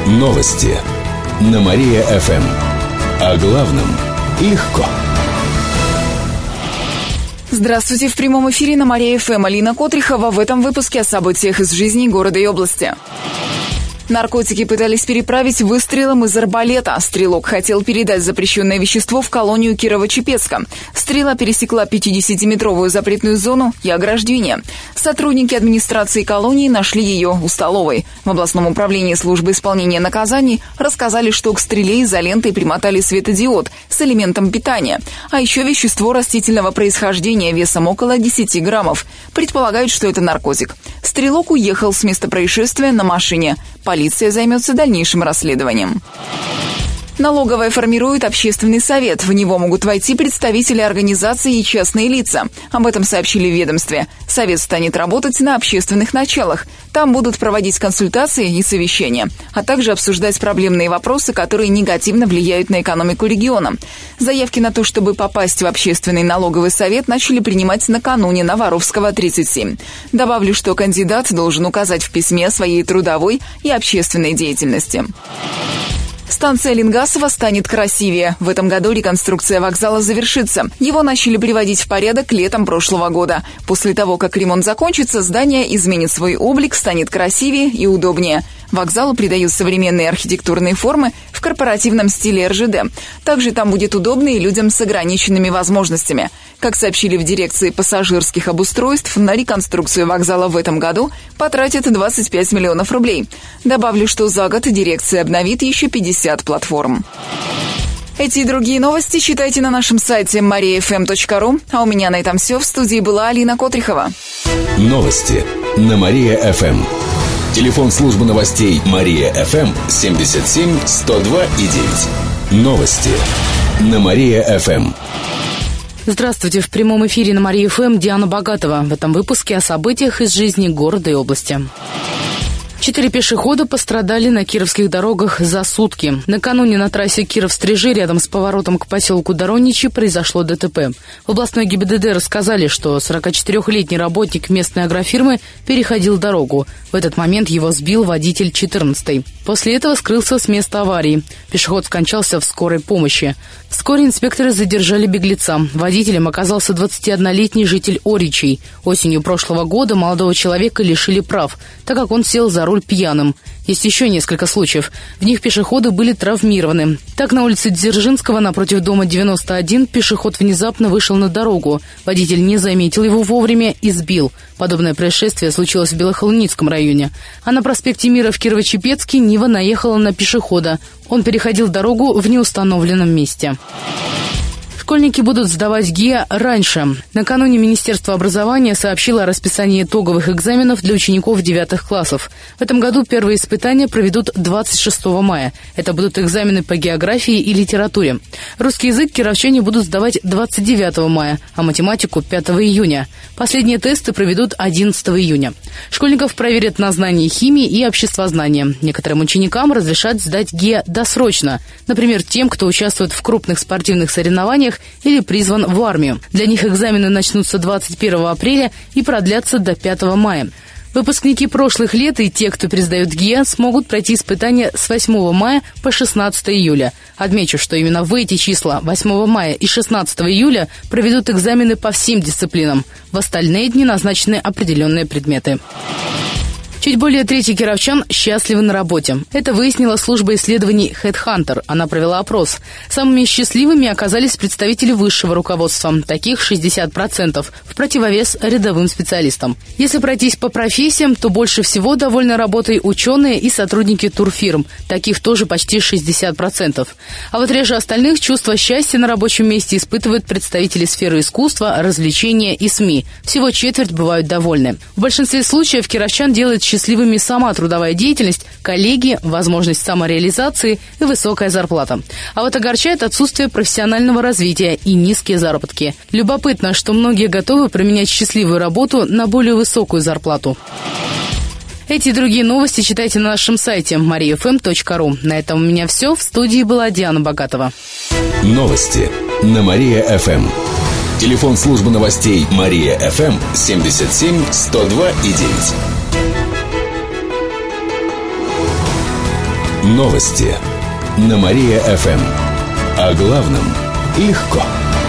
Новости на Мария-ФМ. О главном легко. Здравствуйте, в прямом эфире на Мария-ФМ Алина Котрихова. В этом выпуске о событиях из жизни города и области. Наркотики пытались переправить выстрелом из арбалета. Стрелок хотел передать запрещенное вещество в колонию Кирово-Чепецка. Стрела пересекла 50-метровую запретную зону и ограждение. Сотрудники администрации колонии нашли ее у столовой. В областном управлении службы исполнения наказаний рассказали, что к стреле изолентой примотали светодиод с элементом питания. А еще вещество растительного происхождения весом около 10 граммов. Предполагают, что это наркотик. Стрелок уехал с места происшествия на машине. Полиция займется дальнейшим расследованием. Налоговая формирует общественный совет. В него могут войти представители организаций и частные лица. Об этом сообщили в ведомстве. Совет станет работать на общественных началах. Там будут проводить консультации и совещания, а также обсуждать проблемные вопросы, которые негативно влияют на экономику региона. Заявки на то, чтобы попасть в общественный налоговый совет, начали принимать накануне на Воровского, 37. Добавлю, что кандидат должен указать в письме о своей трудовой и общественной деятельности. Станция Ленгасова станет красивее. В этом году реконструкция вокзала завершится. Его начали приводить в порядок летом прошлого года. После того, как ремонт закончится, здание изменит свой облик, станет красивее и удобнее. Вокзалу придают современные архитектурные формы в корпоративном стиле РЖД. Также там будет удобно и людям с ограниченными возможностями. Как сообщили в дирекции пассажирских обустройств, на реконструкцию вокзала в этом году потратят 25 миллионов рублей. Добавлю, что за год дирекция обновит еще 50 платформ. Эти и другие новости читайте на нашем сайте mariafm.ru. А у меня на этом все. В студии была Алина Котрихова. Новости на Мария-ФМ. Телефон службы новостей Мария-ФМ 77 102 и 9. Новости на Мария-ФМ. Здравствуйте, в прямом эфире на Мария-ФМ Диана Богатова. В этом выпуске о событиях из жизни города и области. 4 пешехода пострадали на кировских дорогах за сутки. Накануне на трассе Киров-Стрижи, рядом с поворотом к поселку Дороничи, произошло ДТП. В областной ГИБДД рассказали, что 44-летний работник местной агрофирмы переходил дорогу. В этот момент его сбил водитель 14-й. После этого скрылся с места аварии. Пешеход скончался в скорой помощи. Вскоре инспекторы задержали беглеца. Водителем оказался 21-летний житель Оричей. Осенью прошлого года молодого человека лишили прав, так как он сел за руль пьяным. Есть еще несколько случаев. В них пешеходы были травмированы. Так, на улице Дзержинского, напротив дома 91, пешеход внезапно вышел на дорогу. Водитель не заметил его вовремя и сбил. Подобное происшествие случилось в Белохолуницком районе. А на проспекте Мира в Кирово-Чепецке Нива наехала на пешехода. Он переходил дорогу в неустановленном месте. Школьники будут сдавать ГИА раньше. Накануне Министерство образования сообщило о расписании итоговых экзаменов для учеников 9 классов. В этом году первые испытания проведут 26 мая. Это будут экзамены по географии и литературе. Русский язык кировчане будут сдавать 29 мая, а математику 5 июня. Последние тесты проведут 11 июня. Школьников проверят на знание химии и обществознания. Некоторым ученикам разрешат сдать ГИА досрочно. Например, тем, кто участвует в крупных спортивных соревнованиях или призван в армию. Для них экзамены начнутся 21 апреля и продлятся до 5 мая. Выпускники прошлых лет и те, кто пересдают ГИА, смогут пройти испытания с 8 мая по 16 июля. Отмечу, что именно в эти числа 8 мая и 16 июля проведут экзамены по всем дисциплинам. В остальные дни назначены определенные предметы. Чуть более трети кировчан счастливы на работе. Это выяснила служба исследований HeadHunter. Она провела опрос. Самыми счастливыми оказались представители высшего руководства. Таких 60%, в противовес рядовым специалистам. Если пройтись по профессиям, то больше всего довольны работой ученые и сотрудники турфирм. Таких тоже почти 60%. А вот реже остальных чувство счастья на рабочем месте испытывают представители сферы искусства, развлечения и СМИ. Всего четверть бывают довольны. В большинстве случаев кировчан делает счастливыми сама трудовая деятельность, коллеги, возможность самореализации и высокая зарплата. А вот огорчает отсутствие профессионального развития и низкие заработки. Любопытно, что многие готовы променять счастливую работу на более высокую зарплату. Эти и другие новости читайте на нашем сайте mariafm.ru. На этом у меня все. В студии была Диана Богатова. Новости на Мария-ФМ. Телефон службы новостей Мария-ФМ 77 102 и 9. Новости на Мария-ФМ. О главном легко.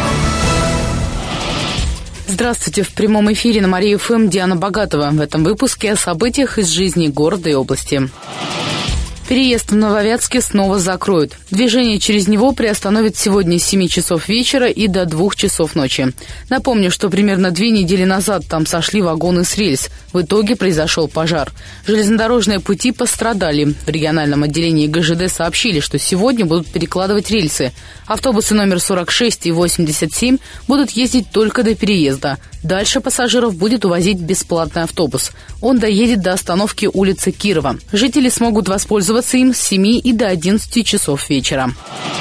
Здравствуйте. В прямом эфире на Мария-ФМ Диана Богатова. В этом выпуске о событиях из жизни города и области. Переезд в Нововятске снова закроют. Движение через него приостановят сегодня с 7 часов вечера и до 2 часов ночи. Напомню, что примерно 2 недели назад там сошли вагоны с рельс. В итоге произошел пожар. Железнодорожные пути пострадали. В региональном отделении ГЖД сообщили, что сегодня будут перекладывать рельсы. Автобусы номер 46 и 87 будут ездить только до переезда. Дальше пассажиров будет увозить бесплатный автобус. Он доедет до остановки улицы Кирова. Жители смогут воспользоваться им с 7 и до 11 часов вечера.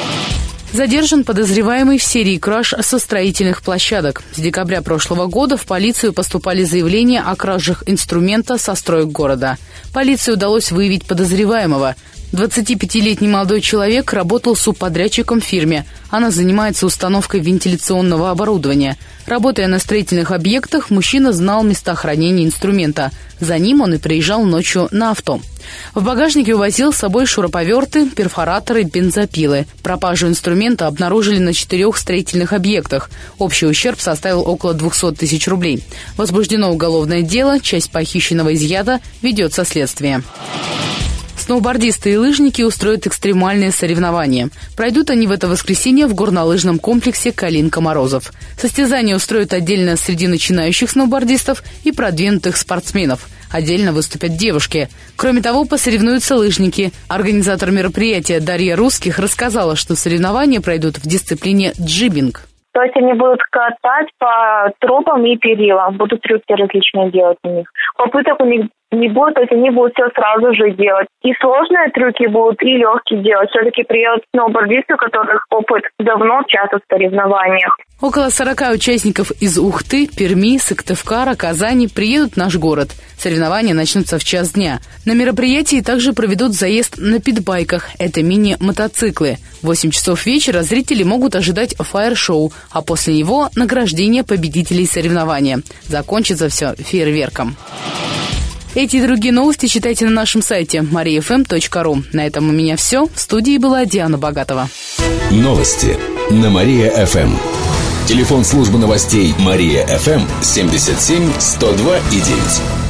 Задержан подозреваемый в серии краж со строительных площадок. С декабря прошлого года в полицию поступали заявления о кражах инструмента со строек города. Полиции удалось выявить подозреваемого. 25-летний молодой человек работал субподрядчиком в фирме. Она занимается установкой вентиляционного оборудования. Работая на строительных объектах, мужчина знал места хранения инструмента. За ним он и приезжал ночью на авто. В багажнике увозил с собой шуруповерты, перфораторы, бензопилы. Пропажу инструмента обнаружили на 4 строительных объектах. Общий ущерб составил около 200 тысяч рублей. Возбуждено уголовное дело, часть похищенного изъята ведется следствие. Сноубордисты и лыжники устроят экстремальные соревнования. Пройдут они в это воскресенье в горнолыжном комплексе «Калинка-Морозов». Состязания устроят отдельно среди начинающих сноубордистов и продвинутых спортсменов. Отдельно выступят девушки. Кроме того, посоревнуются лыжники. Организатор мероприятия Дарья Русских рассказала, что соревнования пройдут в дисциплине джибинг. То есть они будут катать по тропам и перилам, будут трюки различные делать у них. Попыток у них не будет, то есть они будут все сразу же делать. И сложные трюки будут, и легкие делать. Все-таки приедут сноубордисты, у которых опыт давно участвуют в соревнованиях. Около 40 участников из Ухты, Перми, Сыктывкара, Казани приедут в наш город. Соревнования начнутся в час дня. На мероприятии также проведут заезд на питбайках. Это мини-мотоциклы. В 8 часов вечера зрители могут ожидать фаер-шоу, а после него награждение победителей соревнования. Закончится все фейерверком. Эти и другие новости читайте на нашем сайте mariafm.ru. На этом у меня все. В студии была Диана Богатова. Новости на Мария-ФМ. Телефон службы новостей Мария-ФМ 77 102 и 9.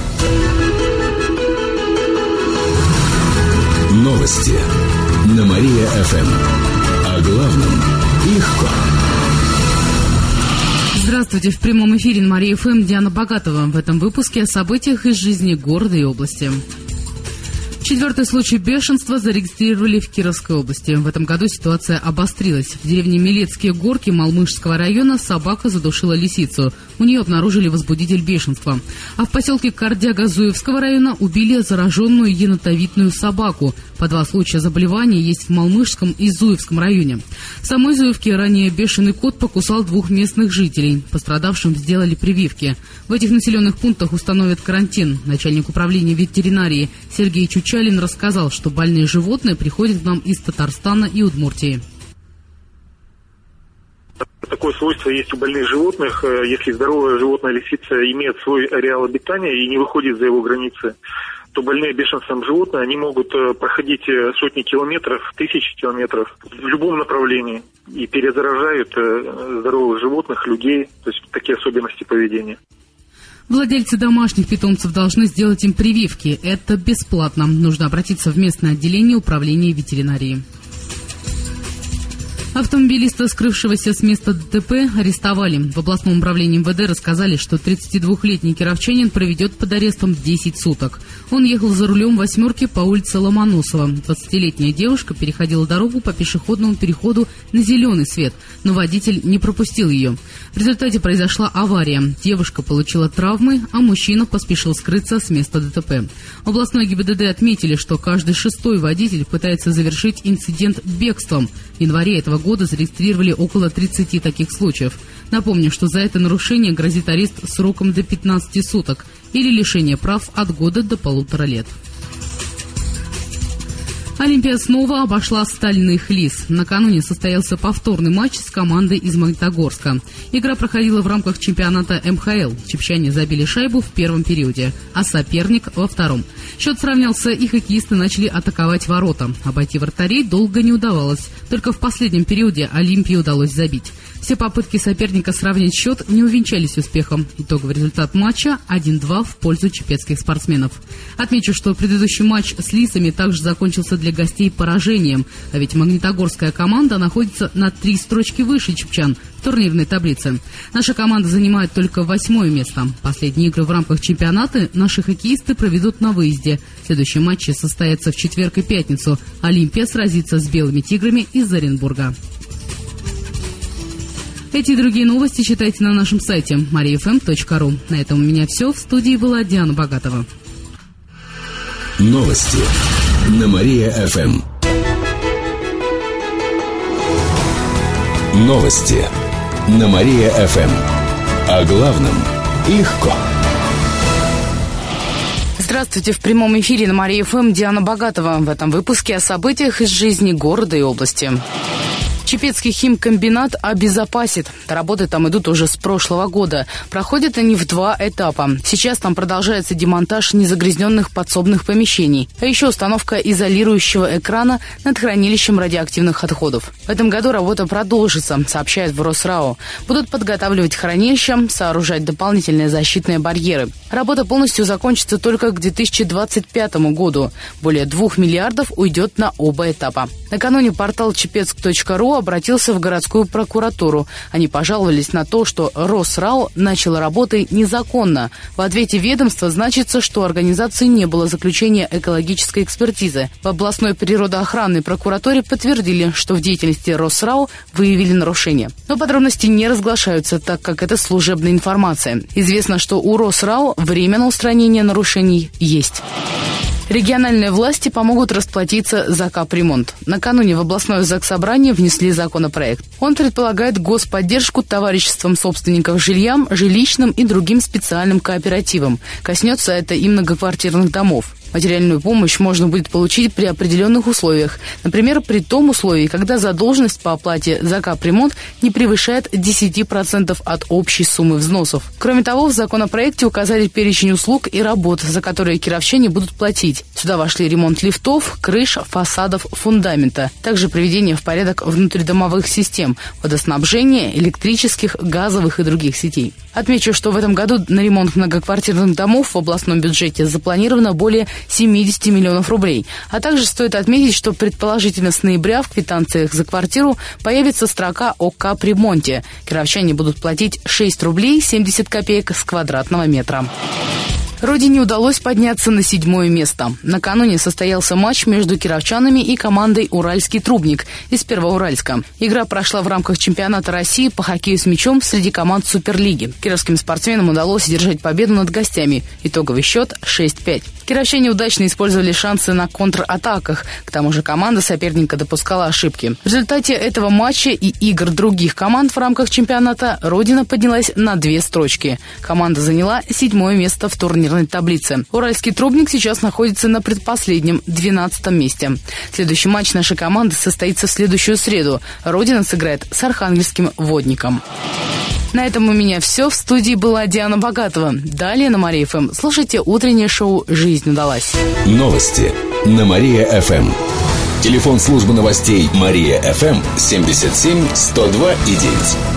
Новости на Мария-ФМ. О главном легко. Здравствуйте. В прямом эфире на Мария-ФМ Диана Богатова. В этом выпуске о событиях из жизни города и области. 4-й случай бешенства зарегистрировали в Кировской области. В этом году ситуация обострилась. В деревне Милецкие горки Малмышского района собака задушила лисицу. У нее обнаружили возбудитель бешенства. А в поселке Кардяга Зуевского района убили зараженную енотовидную собаку. По 2 случая заболевания есть в Малмышском и Зуевском районе. В самой Зуевке ранее бешеный кот покусал 2 местных жителей. Пострадавшим сделали прививки. В этих населенных пунктах установят карантин. Начальник управления ветеринарии Сергей Чучалин рассказал, что больные животные приходят к нам из Татарстана и Удмуртии. Такое свойство есть у больных животных. Если здоровое животное лисица имеет свой ареал обитания и не выходит за его границы, то больные бешенством животные, они могут проходить сотни километров, тысячи километров в любом направлении и перезаражают здоровых животных, людей, то есть такие особенности поведения. Владельцы домашних питомцев должны сделать им прививки. Это бесплатно. Нужно обратиться в местное отделение управления ветеринарии. Автомобилиста, скрывшегося с места ДТП, арестовали. В областном управлении МВД рассказали, что 32-летний кировчанин проведет под арестом 10 суток. Он ехал за рулем «восьмерки» по улице Ломоносова. 20-летняя девушка переходила дорогу по пешеходному переходу на зеленый свет, но водитель не пропустил ее. В результате произошла авария. Девушка получила травмы, а мужчина поспешил скрыться с места ДТП. В областной ГИБДД отметили, что каждый 6-й водитель пытается завершить инцидент бегством. В январе этого года зарегистрировали около 30 таких случаев. Напомню, что за это нарушение грозит арест сроком до 15 суток или лишение прав от года до 1,5 лет. Олимпия снова обошла «Стальных лис». Накануне состоялся повторный матч с командой из Магнитогорска. Игра проходила в рамках чемпионата МХЛ. Чепчане забили шайбу в первом периоде, а соперник во втором. Счет сравнялся, и хоккеисты начали атаковать ворота. Обойти вратарей долго не удавалось. Только в последнем периоде Олимпии удалось забить. Все попытки соперника сравнять счет не увенчались успехом. Итоговый результат матча 1-2 в пользу чепецких спортсменов. Отмечу, что предыдущий матч с лисами также закончился для гостей поражением. А ведь магнитогорская команда находится на 3 строчки выше чепчан в турнирной таблице. Наша команда занимает только 8-е место. Последние игры в рамках чемпионата наши хоккеисты проведут на выезде. Следующие матчи состоятся в четверг и пятницу. Олимпия сразится с белыми тиграми из Оренбурга. Эти и другие новости читайте на нашем сайте mariafm.ru. На этом у меня все. В студии была Диана Богатова. Новости на Мария-ФМ. Новости на Мария-ФМ. О главном легко. Здравствуйте, в прямом эфире на Мария-ФМ Диана Богатова. В этом выпуске о событиях из жизни города и области. Чепецкий химкомбинат обезопасит. Работы там идут уже с прошлого года. Проходят они в 2 этапа. Сейчас там продолжается демонтаж незагрязненных подсобных помещений, а еще установка изолирующего экрана над хранилищем радиоактивных отходов. В этом году работа продолжится, сообщает в Росрао. Будут подготавливать хранилища, сооружать дополнительные защитные барьеры. Работа полностью закончится только к 2025 году. Более 2 миллиардов уйдет на оба этапа. Накануне портал chepetsk.ru обратился в городскую прокуратуру. Они пожаловались на то, что Росрао начало работы незаконно. В ответе ведомства значится, что у организации не было заключения экологической экспертизы. В областной природоохранной прокуратуре подтвердили, что в деятельности Росрао выявили нарушения. Но подробности не разглашаются, так как это служебная информация. Известно, что у Росрао время на устранение нарушений есть. Региональные власти помогут расплатиться за капремонт. Накануне в областное заксобрание внесли законопроект. Он предполагает господдержку товариществам собственников жилья, жилищным и другим специальным кооперативам. Коснется это и многоквартирных домов. Материальную помощь можно будет получить при определенных условиях. Например, при том условии, когда задолженность по оплате за капремонт не превышает 10% от общей суммы взносов. Кроме того, в законопроекте указали перечень услуг и работ, за которые кировчане будут платить. Сюда вошли ремонт лифтов, крыш, фасадов, фундамента. Также приведение в порядок внутридомовых систем, водоснабжения, электрических, газовых и других сетей. Отмечу, что в этом году на ремонт многоквартирных домов в областном бюджете запланировано более 70 миллионов рублей. А также стоит отметить, что предположительно с ноября в квитанциях за квартиру появится строка о капремонте. Кировчане будут платить 6 рублей 70 копеек с квадратного метра. Родине удалось подняться на 7-е место. Накануне состоялся матч между кировчанами и командой «Уральский трубник» из Первоуральска. Игра прошла в рамках чемпионата России по хоккею с мячом среди команд Суперлиги. Кировским спортсменам удалось одержать победу над гостями. Итоговый счет 6-5. Кировчане удачно использовали шансы на контратаках. К тому же команда соперника допускала ошибки. В результате этого матча и игр других команд в рамках чемпионата Родина поднялась на 2 строчки. Команда заняла 7-е место в турнирной таблице. Уральский трубник сейчас находится на предпоследнем, 12-м месте. Следующий матч нашей команды состоится в следующую среду. Родина сыграет с Архангельским Водником. На этом у меня все. В студии была Диана Богатова. Далее на Мария-ФМ слушайте утреннее шоу «Жизнь удалась». Новости на Мария-ФМ. Телефон службы новостей Мария-ФМ 77 102 и 9.